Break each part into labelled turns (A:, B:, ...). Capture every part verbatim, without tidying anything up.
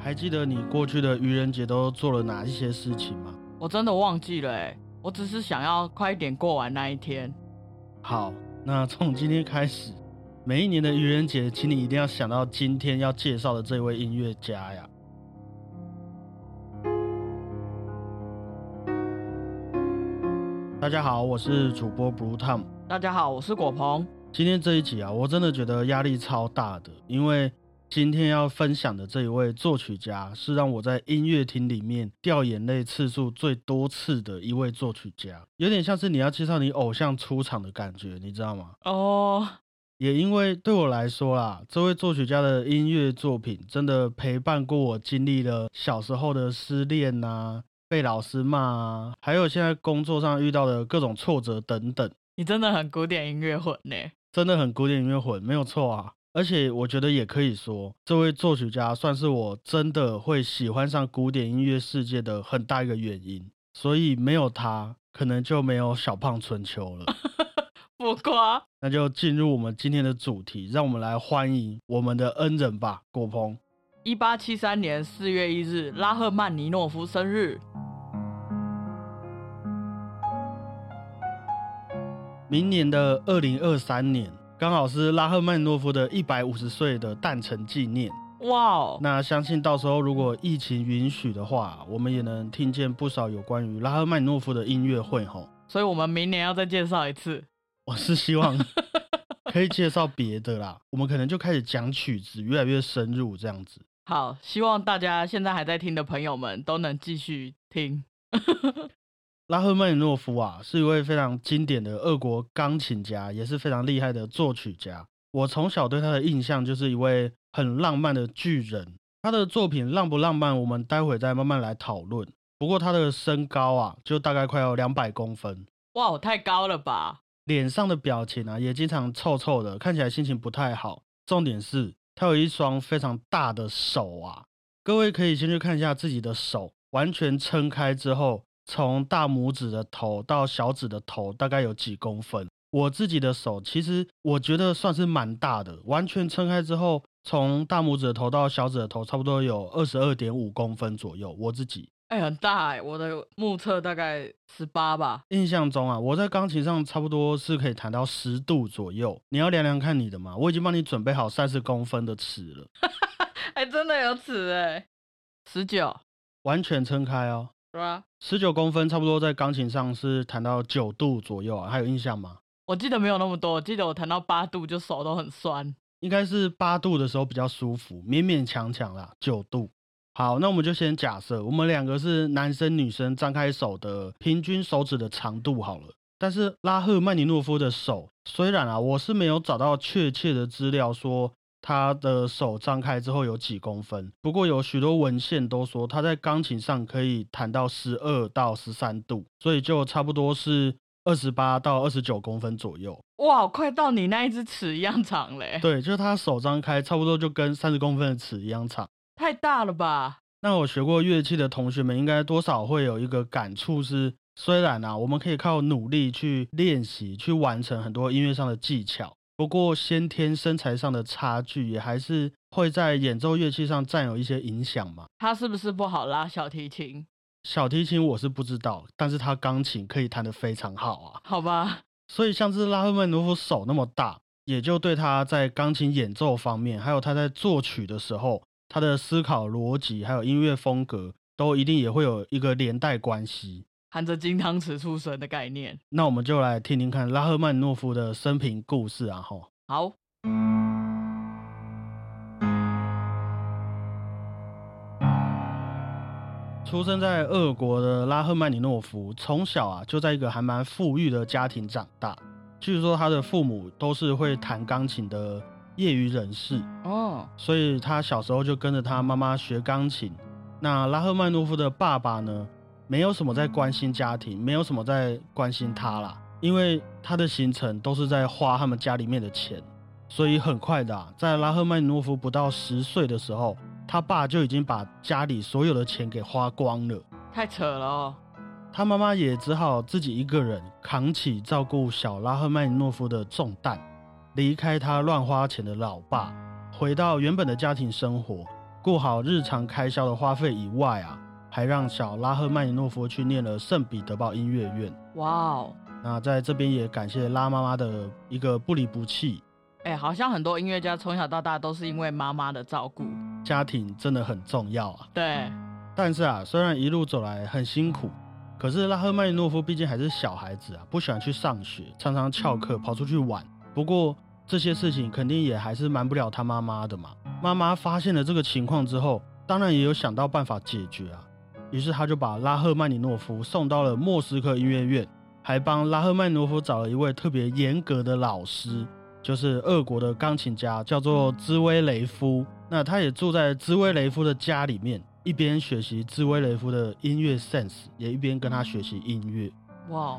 A: 还记得你过去的愚人节都做了哪一些事情吗？
B: 我真的忘记了耶，我只是想要快一点过完那一天。
A: 好，那从今天开始，每一年的愚人节，请你一定要想到今天要介绍的这位音乐家呀。大家好，我是主播 Blue Tom。
B: 大家好，我是果鹏。
A: 今天这一集啊，我真的觉得压力超大的，因为今天要分享的这一位作曲家是让我在音乐厅里面掉眼泪次数最多次的一位作曲家，有点像是你要介绍你偶像出场的感觉，你知道吗？
B: 哦，
A: 也因为对我来说啦，这位作曲家的音乐作品真的陪伴过我，经历了小时候的失恋啊，被老师骂啊，还有现在工作上遇到的各种挫折等等。
B: 你真的很古典音乐魂耶。
A: 真的很古典音乐魂，没有错啊。而且我觉得也可以说，这位作曲家算是我真的会喜欢上古典音乐世界的很大一个原因。所以没有他，可能就没有小胖春秋了。
B: 不夸。
A: 那就进入我们今天的主题，让我们来欢迎我们的恩人吧，果鹏。
B: 一八七三年四月一日，拉赫曼尼诺夫生日。
A: 明年的二零二三年，刚好是拉赫曼尼诺夫的一百五十岁的诞辰纪念。
B: 哇哦！
A: 那相信到时候如果疫情允许的话，我们也能听见不少有关于拉赫曼尼诺夫的音乐会吼。
B: 所以我们明年要再介绍一次。
A: 我是希望可以介绍别的啦，我们可能就开始讲曲子，越来越深入这样子。
B: 好，希望大家现在还在听的朋友们都能继续听。
A: 拉赫曼尼诺夫啊，是一位非常经典的俄国钢琴家，也是非常厉害的作曲家。我从小对他的印象就是一位很浪漫的巨人。他的作品浪不浪漫，我们待会再慢慢来讨论。不过他的身高啊，就大概快要两百公分。
B: 哇，太高了吧！
A: 脸上的表情啊，也经常臭臭的，看起来心情不太好。重点是，他有一双非常大的手啊。各位可以先去看一下自己的手，完全撑开之后，从大拇指的头到小指的头大概有几公分。我自己的手其实我觉得算是蛮大的，完全撑开之后，从大拇指的头到小指的头差不多有 二十二点五公分左右，我自己。
B: 哎、欸，很大哎、欸，我的目测大概十八吧。
A: 印象中啊，我在钢琴上差不多是可以弹到十度左右。你要量量看你的嘛，我已经帮你准备好三十公分的尺了。
B: 还真的有尺哎、欸，十九，
A: 完全撑开哦。
B: 对啊，
A: 十九公分差不多在钢琴上是弹到九度左右啊，还有印象吗？
B: 我记得没有那么多，我记得我弹到八度就手都很酸。
A: 应该是八度的时候比较舒服，勉勉强强啦，九度。好，那我们就先假设我们两个是男生女生张开手的平均手指的长度好了。但是拉赫曼尼诺夫的手，虽然啊我是没有找到确切的资料说他的手张开之后有几公分，不过有许多文献都说他在钢琴上可以弹到十二到十三度，所以就差不多是二十八到二十九公分左右。
B: 哇，快到你那一只尺一样长嘞。
A: 对，就是他手张开差不多就跟三十公分的尺一样长。
B: 太大了吧。
A: 那我学过乐器的同学们应该多少会有一个感触是，虽然啊我们可以靠努力去练习去完成很多音乐上的技巧，不过先天身材上的差距也还是会在演奏乐器上占有一些影响嘛。
B: 他是不是不好拉小提琴？
A: 小提琴我是不知道，但是他钢琴可以弹得非常好啊。
B: 好吧。
A: 所以像是拉赫曼尼诺夫手那么大，也就对他在钢琴演奏方面，还有他在作曲的时候，他的思考逻辑还有音乐风格都一定也会有一个连带关系，
B: 含着金汤匙出生的概念。
A: 那我们就来听听看拉赫曼尼诺夫的生平故事啊。吼，
B: 好。
A: 出生在俄国的拉赫曼尼诺夫，从小啊就在一个还蛮富裕的家庭长大。据说他的父母都是会弹钢琴的业余人士哦，所以他小时候就跟着他妈妈学钢琴。那拉赫曼尼诺夫的爸爸呢，没有什么在关心家庭，没有什么在关心他啦，因为他的行程都是在花他们家里面的钱。所以很快的啊，在拉赫曼尼诺夫不到十岁的时候，他爸就已经把家里所有的钱给花光了。
B: 太扯了哦。
A: 他妈妈也只好自己一个人扛起照顾小拉赫曼尼诺夫的重担，离开他乱花钱的老爸，回到原本的家庭生活， 顾好日常开销的花费以外啊，还让小拉赫曼尼诺夫去念了圣彼得堡音乐院。
B: 哇哦！
A: 那在这边也感谢拉妈妈的一个不离不弃。
B: 哎、欸，好像很多音乐家从小到大都是因为妈妈的照顾，
A: 家庭真的很重要啊。
B: 对。
A: 但是啊，虽然一路走来很辛苦，可是拉赫曼尼诺夫毕竟还是小孩子啊，不喜欢去上学，常常翘课跑出去玩。不过这些事情肯定也还是瞒不了他妈妈的嘛。妈妈发现了这个情况之后，当然也有想到办法解决啊。于是他就把拉赫曼尼诺夫送到了莫斯科音乐院，还帮拉赫曼尼诺夫找了一位特别严格的老师，就是俄国的钢琴家，叫做兹威雷夫。那他也住在兹威雷夫的家里面，一边学习兹威雷夫的音乐 sense， 也一边跟他学习音乐。
B: 哇！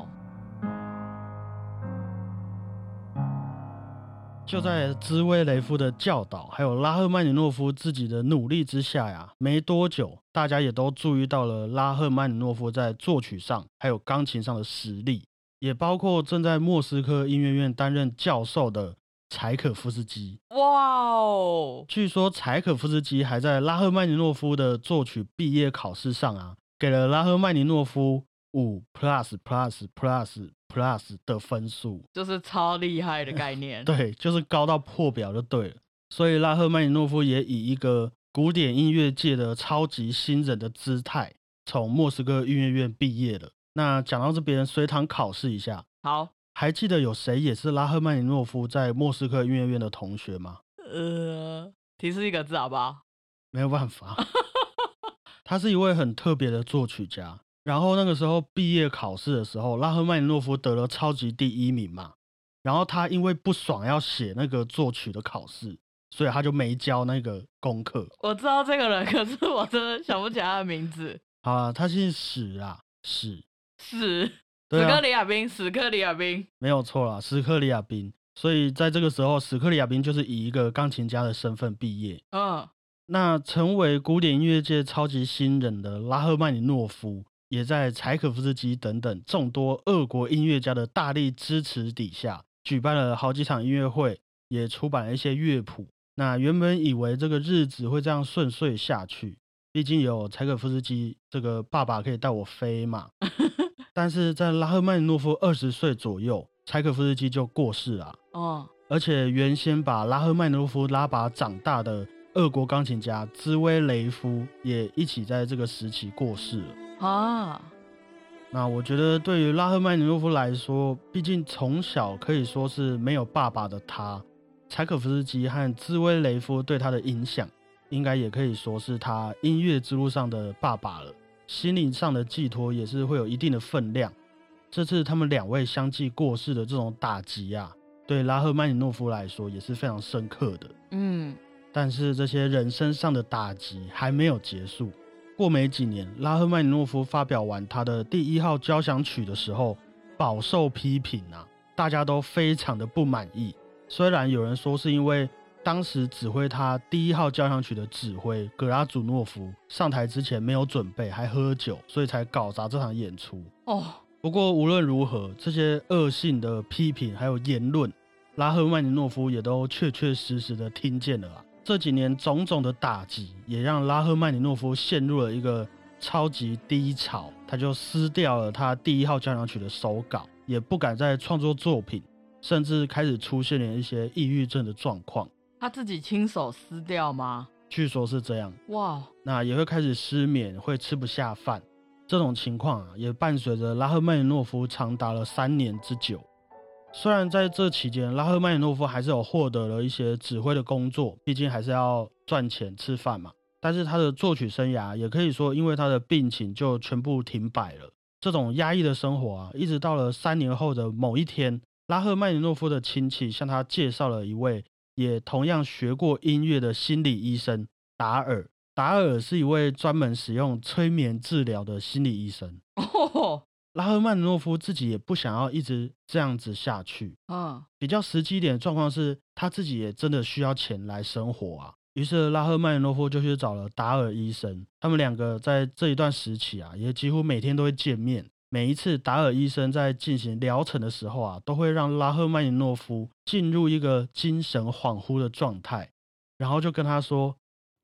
A: 就在兹威雷夫的教导还有拉赫曼尼诺夫自己的努力之下呀，没多久大家也都注意到了拉赫曼尼诺夫在作曲上还有钢琴上的实力，也包括正在莫斯科音乐院担任教授的柴可夫斯基。
B: 哇哦！
A: 据说柴可夫斯基还在拉赫曼尼诺夫的作曲毕业考试上啊，给了拉赫曼尼诺夫五 plus plus plus plus 的分数，
B: 就是超厉害的概念。
A: 对，就是高到破表就对了。所以拉赫曼尼诺夫也以一个古典音乐界的超级新人的姿态，从莫斯科音乐院毕业了。那讲到这边，随堂考试一下。
B: 好，
A: 还记得有谁也是拉赫曼尼诺夫在莫斯科音乐院的同学吗？
B: 呃，提示一个字好不好？
A: 没有办法。他是一位很特别的作曲家。然后那个时候毕业考试的时候，拉赫曼尼诺夫得了超级第一名嘛。然后他因为不爽要写那个作曲的考试，所以他就没交那个功课。
B: 我知道这个人，可是我真的想不起来他的名字。
A: 好啊，他姓史啊，史
B: 史
A: 对啊
B: 史克里亚宾，史克里亚宾
A: 没有错啦，史克里亚宾。所以在这个时候，史克里亚宾就是以一个钢琴家的身份毕业。
B: 嗯，
A: 那成为古典音乐界超级新人的拉赫曼尼诺夫，也在柴可夫斯基等等众多俄国音乐家的大力支持底下，举办了好几场音乐会，也出版了一些乐谱。那原本以为这个日子会这样顺遂下去，毕竟有柴可夫斯基这个爸爸可以带我飞嘛。但是在拉赫曼尼诺夫二十岁左右，柴可夫斯基就过世了。
B: 哦，
A: 而且原先把拉赫曼尼诺夫拉拔长大的俄国钢琴家兹威雷夫也一起在这个时期过世了
B: 啊。
A: 那我觉得对于拉赫曼尼诺夫来说，毕竟从小可以说是没有爸爸的他，柴可夫斯基和兹威雷夫对他的影响，应该也可以说是他音乐之路上的爸爸了。心灵上的寄托也是会有一定的分量。这次他们两位相继过世的这种打击啊，对拉赫曼尼诺夫来说也是非常深刻的。
B: 嗯，
A: 但是这些人生上的打击还没有结束。过没几年，拉赫曼尼诺夫发表完他的第一号交响曲的时候，饱受批评啊，大家都非常的不满意。虽然有人说是因为当时指挥他第一号交响曲的指挥格拉祖诺夫上台之前没有准备，还喝酒，所以才搞砸这场演出。
B: 哦，
A: 不过无论如何，这些恶性的批评还有言论，拉赫曼尼诺夫也都确确实实的听见了啊。这几年种种的打击，也让拉赫曼尼诺夫陷入了一个超级低潮，他就撕掉了他第一号交响曲的手稿，也不敢再创作作品，甚至开始出现了一些抑郁症的状况。
B: 他自己亲手撕掉吗？
A: 据说是这样。
B: 哇，
A: 那也会开始失眠，会吃不下饭。这种情况啊，也伴随着拉赫曼尼诺夫长达了三年之久。虽然在这期间，拉赫曼尼诺夫还是有获得了一些指挥的工作，毕竟还是要赚钱吃饭嘛。但是他的作曲生涯也可以说因为他的病情就全部停摆了。这种压抑的生活啊，一直到了三年后的某一天，拉赫曼尼诺夫的亲戚向他介绍了一位也同样学过音乐的心理医生达尔。达尔是一位专门使用催眠治疗的心理医生。
B: 哦，
A: 拉赫曼尼诺夫自己也不想要一直这样子下去。
B: 嗯，
A: 比较实际一点的状况是，他自己也真的需要钱来生活啊。于是拉赫曼尼诺夫就去找了达尔医生，他们两个在这一段时期啊，也几乎每天都会见面。每一次达尔医生在进行疗程的时候啊，都会让拉赫曼尼诺夫进入一个精神恍惚的状态，然后就跟他说：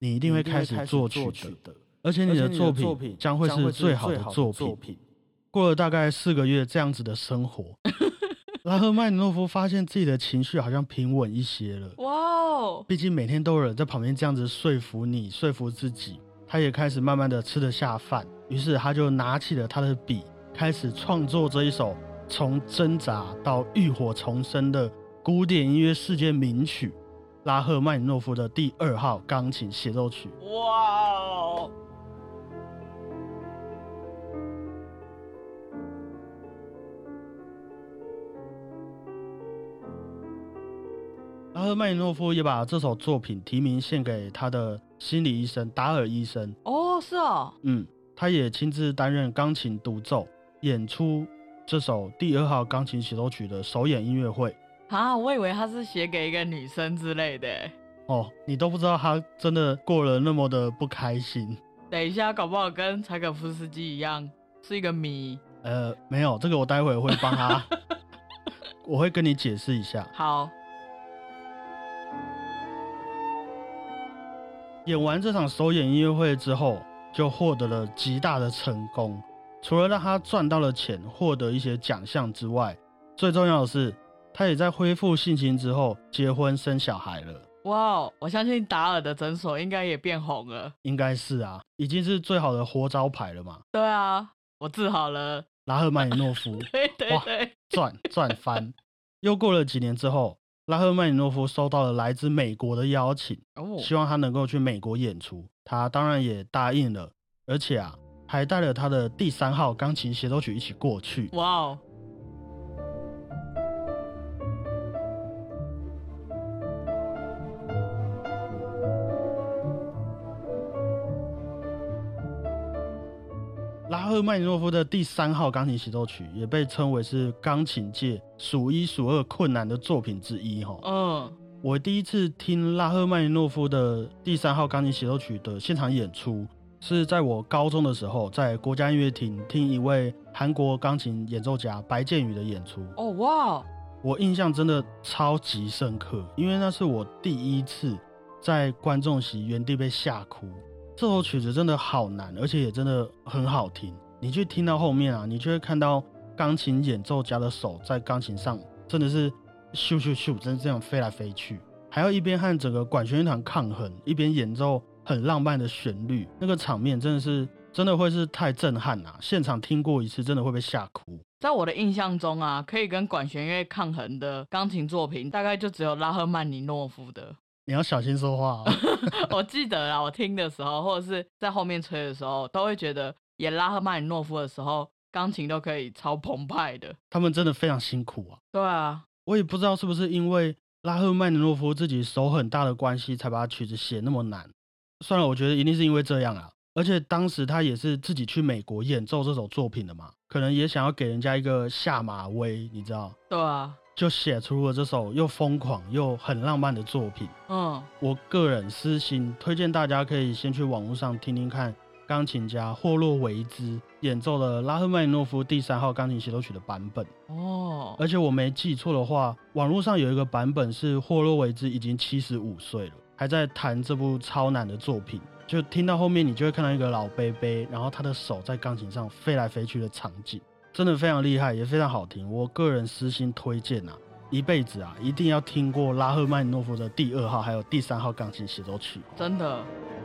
A: 你一定会开始作曲的，而且你的作品将会是最好的作品。过了大概四个月这样子的生活，拉赫曼尼诺夫发现自己的情绪好像平稳一些了。哇哦！毕竟每天都有人在旁边这样子说服你，说服自己，他也开始慢慢的吃得下饭。于是他就拿起了他的笔，开始创作这一首从挣扎到浴火重生的古典音乐世界名曲——拉赫曼尼诺夫的第二号钢琴协奏曲。哇哦！拉赫曼尼诺夫也把这首作品提名献给他的心理医生达尔医生。
B: 哦，是哦。
A: 嗯，他也亲自担任钢琴独奏，演出这首第二号钢琴协奏曲的首演音乐会。
B: 啊，我以为他是写给一个女生之类的。
A: 哦，你都不知道他真的过了那么的不开心。
B: 等一下，搞不好跟柴可夫斯基一样是一个谜。
A: 呃，没有，这个我待会会帮他，我会跟你解释一下。
B: 好。
A: 演完这场首演音乐会之后，就获得了极大的成功。除了让他赚到了钱，获得一些奖项之外，最重要的是，他也在恢复性情之后结婚生小孩了。
B: 哇，我相信达尔的诊所应该也变红了。
A: 应该是啊，已经是最好的活招牌了嘛。
B: 对啊，我治好了
A: 拉赫曼尼诺夫。
B: 对对对，
A: 赚赚翻。又过了几年之后，拉赫曼尼诺夫收到了来自美国的邀请，哦、希望他能够去美国演出。他当然也答应了，而且啊，还带了他的第三号钢琴协奏曲一起过去。哇哦！拉赫曼尼诺夫的第三号钢琴协奏曲也被称为是钢琴界数一数二困难的作品之一。嗯，我第一次听拉赫曼尼诺夫的第三号钢琴协奏曲的现场演出，是在我高中的时候，在国家音乐厅听一位韩国钢琴演奏家白建宇的演出。哦哇，我印象真的超级深刻，因为那是我第一次在观众席原地被吓哭。这首曲子真的好难，而且也真的很好听。你去听到后面啊，你就会看到钢琴演奏家的手在钢琴上真的是咻咻咻，真的这样飞来飞去，还要一边和整个管弦乐团抗衡，一边演奏很浪漫的旋律。那个场面真的是真的会是太震撼啊！现场听过一次，真的会被吓哭。
B: 在我的印象中啊，可以跟管弦乐抗衡的钢琴作品，大概就只有拉赫曼尼诺夫的。
A: 你要小心说话哦。
B: 我记得啦，我听的时候，或者是在后面吹的时候，都会觉得演拉赫曼尼诺夫的时候，钢琴都可以超澎湃的。
A: 他们真的非常辛苦啊。
B: 对啊，
A: 我也不知道是不是因为拉赫曼尼诺夫自己手很大的关系，才把曲子写那么难。算了，我觉得一定是因为这样啊。而且当时他也是自己去美国演奏这首作品的嘛，可能也想要给人家一个下马威，你知道？
B: 对啊。
A: 就写出了这首又疯狂又很浪漫的作品。嗯，我个人私心推荐大家可以先去网络上听听看钢琴家霍洛维兹演奏了拉赫曼尼诺夫第三号钢琴协奏曲的版本。哦，而且我没记错的话，网络上有一个版本是霍洛维兹已经七十五岁了，还在弹这部超难的作品。就听到后面你就会看到一个老伯伯，然后他的手在钢琴上飞来飞去的场景。真的非常厉害，也非常好听。我个人私心推荐啊，一辈子啊，一定要听过拉赫曼尼诺夫的第二号还有第三号钢琴协奏曲。
B: 真的。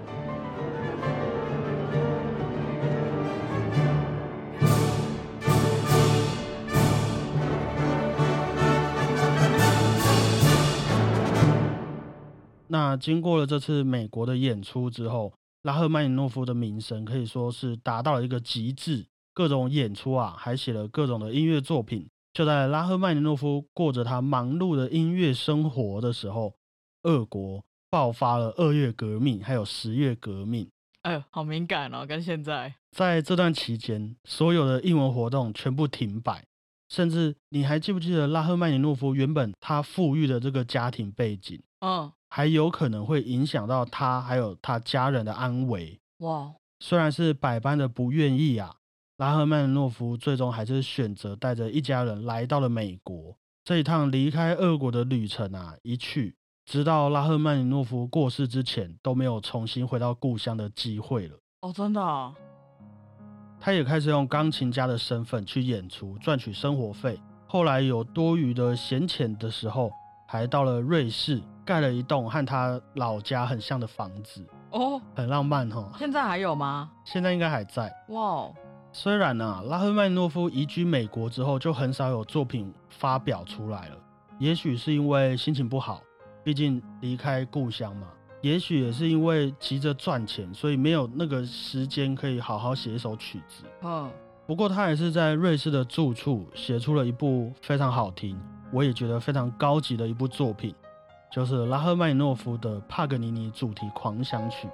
A: 那经过了这次美国的演出之后，拉赫曼尼诺夫的名声可以说是达到了一个极致。各种演出啊，还写了各种的音乐作品。就在拉赫曼尼诺夫过着他忙碌的音乐生活的时候，俄国爆发了二月革命还有十月革命。
B: 哎呦，好敏感哦，跟现在。
A: 在这段期间，所有的艺文活动全部停摆，甚至你还记不记得拉赫曼尼诺夫原本他富裕的这个家庭背景，嗯，还有可能会影响到他还有他家人的安危。哇，虽然是百般的不愿意啊，拉赫曼尼诺夫最终还是选择带着一家人来到了美国。这一趟离开俄国的旅程啊，一去直到拉赫曼尼诺夫过世之前都没有重新回到故乡的机会了。
B: 哦，真的啊？
A: 他也开始用钢琴家的身份去演出赚取生活费，后来有多余的闲钱的时候还到了瑞士盖了一栋和他老家很像的房子。
B: 哦，
A: 很浪漫齁。
B: 现在还有吗？
A: 现在应该还在。
B: 哇，
A: 虽然啊，拉赫曼尼诺夫移居美国之后就很少有作品发表出来了，也许是因为心情不好，毕竟离开故乡嘛，也许也是因为急着赚钱，所以没有那个时间可以好好写一首曲子。
B: 嗯，
A: 不过他也是在瑞士的住处写出了一部非常好听，我也觉得非常高级的一部作品，就是拉赫曼尼诺夫的帕格尼尼主题狂想曲。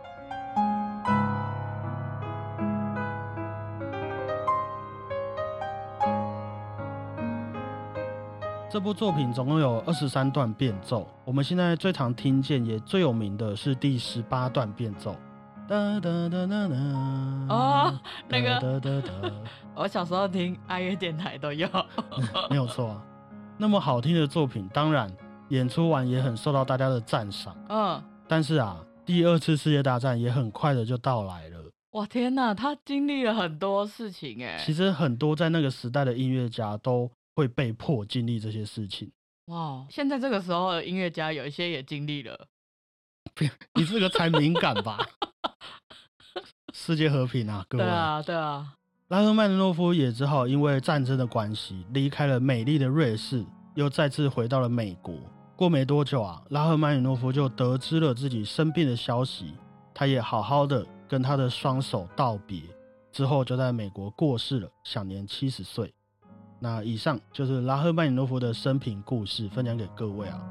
A: 这部作品总共有二十三段变奏，我们现在最常听见也最有名的是第十八段变奏。哒哒哒哒哒
B: 哦，那个
A: 哒哒哒哒
B: 我小时候听爱乐电台都有。
A: 没有错啊。那么好听的作品，当然演出完也很受到大家的赞赏。
B: 嗯，
A: 但是啊，第二次世界大战也很快的就到来了。
B: 哇天哪，他经历了很多事情哎。
A: 其实很多在那个时代的音乐家都会被迫经历这些事情。
B: 哇，现在这个时候的音乐家有一些也经历了。
A: 你这个才敏感吧？世界和平啊，各位。
B: 对啊，对啊。
A: 拉赫曼尼诺夫也只好因为战争的关系离开了美丽的瑞士，又再次回到了美国。过没多久啊，拉赫曼尼诺夫就得知了自己生病的消息，他也好好的跟他的双手道别，之后就在美国过世了，享年七十岁。那以上就是拉赫曼尼诺夫的生平故事，分享给各位啊。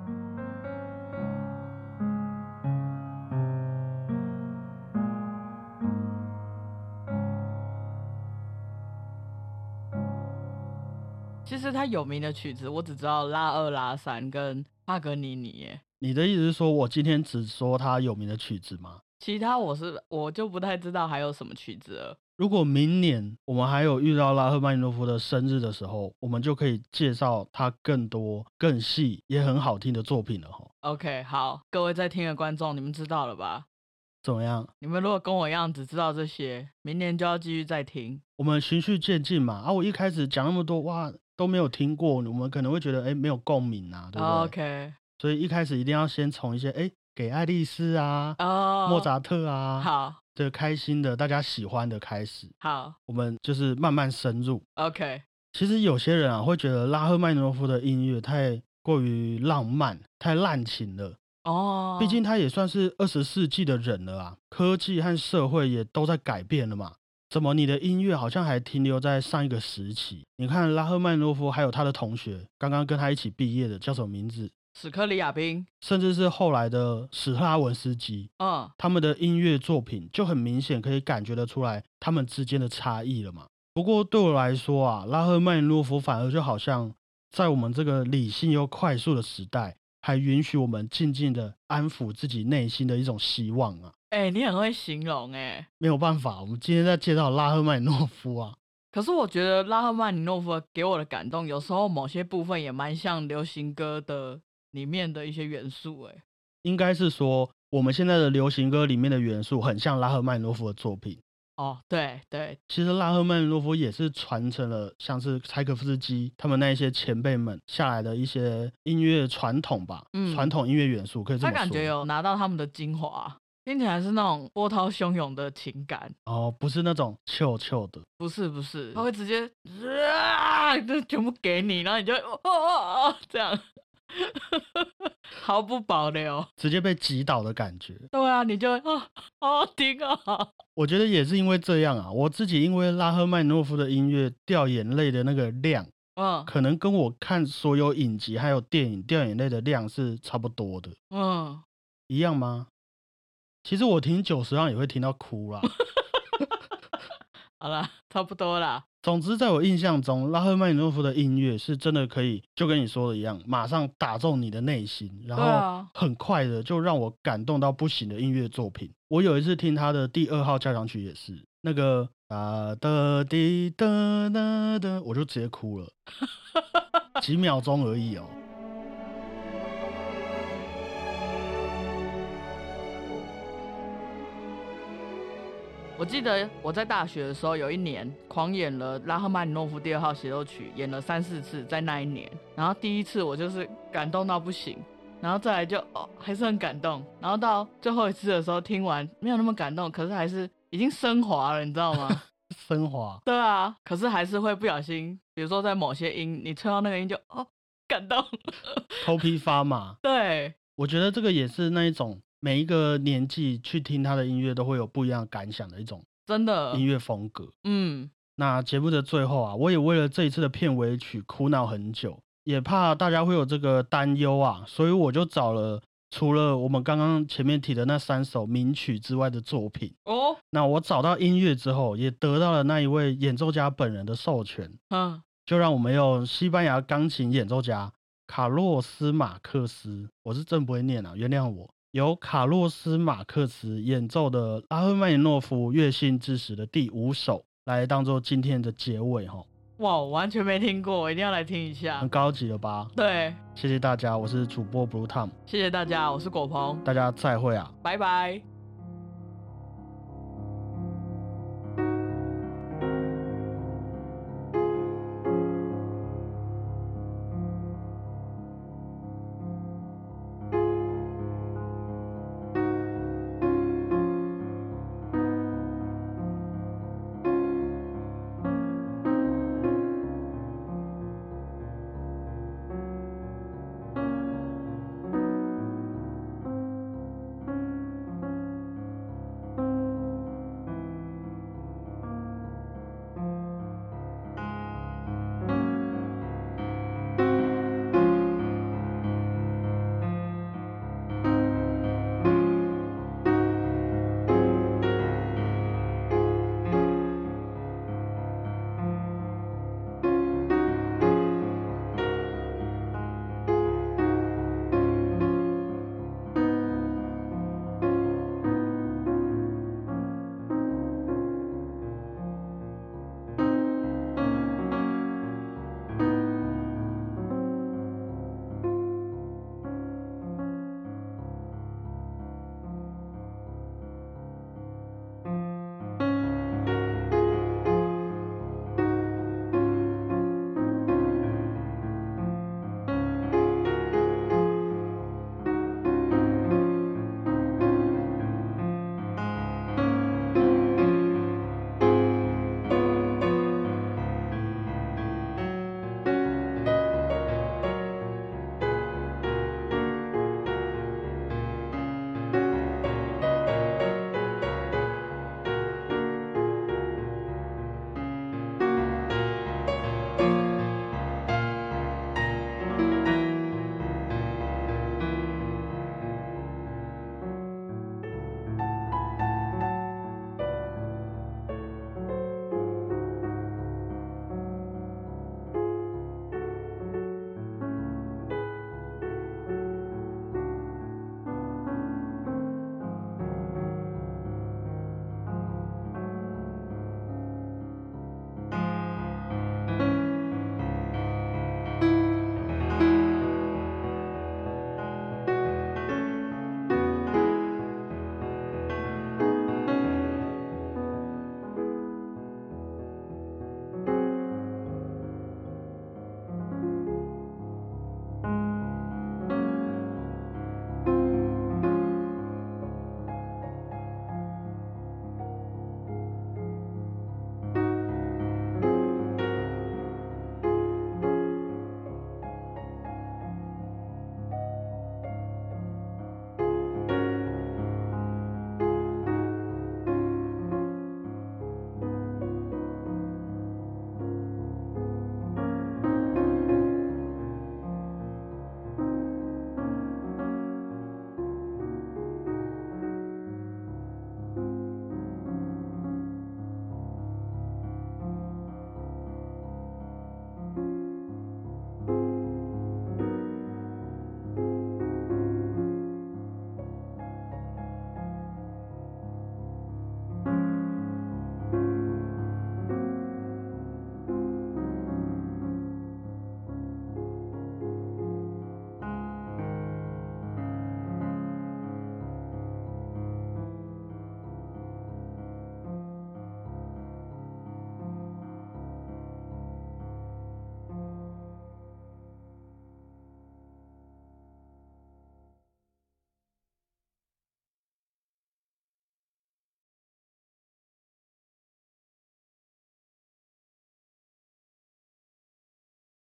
B: 其实他有名的曲子我只知道拉二拉三跟帕格尼尼耶。
A: 你的意思是说我今天只说他有名的曲子吗？
B: 其他我是我就不太知道还有什么曲子了。
A: 如果明年我们还有遇到拉赫曼尼诺夫的生日的时候，我们就可以介绍他更多更细也很好听的作品了齁。
B: OK， 好，各位在听的观众，你们知道了吧？
A: 怎么样？
B: 你们如果跟我一样只知道这些，明年就要继续再听。
A: 我们循序渐进嘛。啊，我一开始讲那么多哇都没有听过，我们可能会觉得哎没有共鸣啊，对不对？
B: OK，
A: 所以一开始一定要先从一些哎给爱丽丝啊、
B: 哦，
A: 莫扎特啊，
B: 好
A: 的开心的大家喜欢的开始，
B: 好
A: 我们就是慢慢深入。
B: OK。
A: 其实有些人啊会觉得拉赫曼尼诺夫的音乐太过于浪漫，太滥情了。
B: 哦，
A: 毕竟他也算是二十世纪的人了啊，科技和社会也都在改变了嘛。怎么你的音乐好像还停留在上一个时期？你看拉赫曼尼诺夫还有他的同学，刚刚跟他一起毕业的叫什么名字？
B: 史克里亚宾，
A: 甚至是后来的史特拉文斯基，
B: 嗯，
A: 他们的音乐作品就很明显可以感觉得出来他们之间的差异了嘛。不过对我来说啊，拉赫曼尼诺夫反而就好像在我们这个理性又快速的时代，还允许我们静静的安抚自己内心的一种希望啊。
B: 哎、欸，你很会形容哎、欸。
A: 没有办法，我们今天在介绍拉赫曼尼诺夫啊。
B: 可是我觉得拉赫曼尼诺夫给我的感动，有时候某些部分也蛮像流行歌的里面的一些元素哎、欸。
A: 应该是说我们现在的流行歌里面的元素很像拉赫曼尼诺夫的作品。
B: 哦，对对，
A: 其实拉赫曼尼诺夫也是传承了像是柴可夫斯基他们那一些前辈们下来的一些音乐传统吧，嗯，传统音乐元素可以这么说。
B: 他感覺有拿到他们的精华，听起来是那种波涛汹涌的情感
A: 哦，不是那种臭臭的，
B: 不是不是，他会直接啊，就全部给你，然后你就哦哦哦这样。毫不保留，
A: 直接被击倒的感觉。
B: 对啊，你就哦，好好听啊。
A: 我觉得也是因为这样啊，我自己因为拉赫曼尼诺夫的音乐掉眼泪的那个量，嗯，可能跟我看所有影集还有电影掉眼泪的量是差不多的。嗯，一样吗？其实我听久石让也会听到哭啦。
B: 好啦，差不多啦。
A: 总之在我印象中，拉赫曼尼诺夫的音乐是真的可以就跟你说的一样，马上打中你的内心，然后很快的就让我感动到不行的音乐作品。我有一次听他的第二号交响曲也是那个哒哒滴哒哒哒，我就直接哭了。几秒钟而已哦。
B: 我记得我在大学的时候有一年狂演了拉赫曼尼诺夫第二号协奏曲，演了三四次在那一年，然后第一次我就是感动到不行，然后再来就哦还是很感动，然后到最后一次的时候听完没有那么感动，可是还是已经升华了，你知道吗？
A: 升华。
B: 对啊，可是还是会不小心，比如说在某些音你吹到那个音就哦感动，
A: 头皮发麻。
B: 对，
A: 我觉得这个也是那一种每一个年纪去听他的音乐都会有不一样的感想的一种
B: 真的
A: 音乐风格。
B: 嗯，
A: 那节目的最后啊，我也为了这一次的片尾曲苦恼很久，也怕大家会有这个担忧啊，所以我就找了除了我们刚刚前面提的那三首名曲之外的作品哦。那我找到音乐之后，也得到了那一位演奏家本人的授权，嗯，就让我们用西班牙钢琴演奏家卡洛斯马克斯，我是真不会念啊，原谅我，由卡洛斯马克斯演奏的拉赫曼尼诺夫乐信之时的第五首，来当做今天的结尾齁。
B: 哇，完全没听过，我一定要来听一下。
A: 很高级了吧？
B: 对，
A: 谢谢大家，我是主播 Blue Tom。
B: 谢谢大家，我是果鹏，
A: 大家再会啊，
B: 拜拜。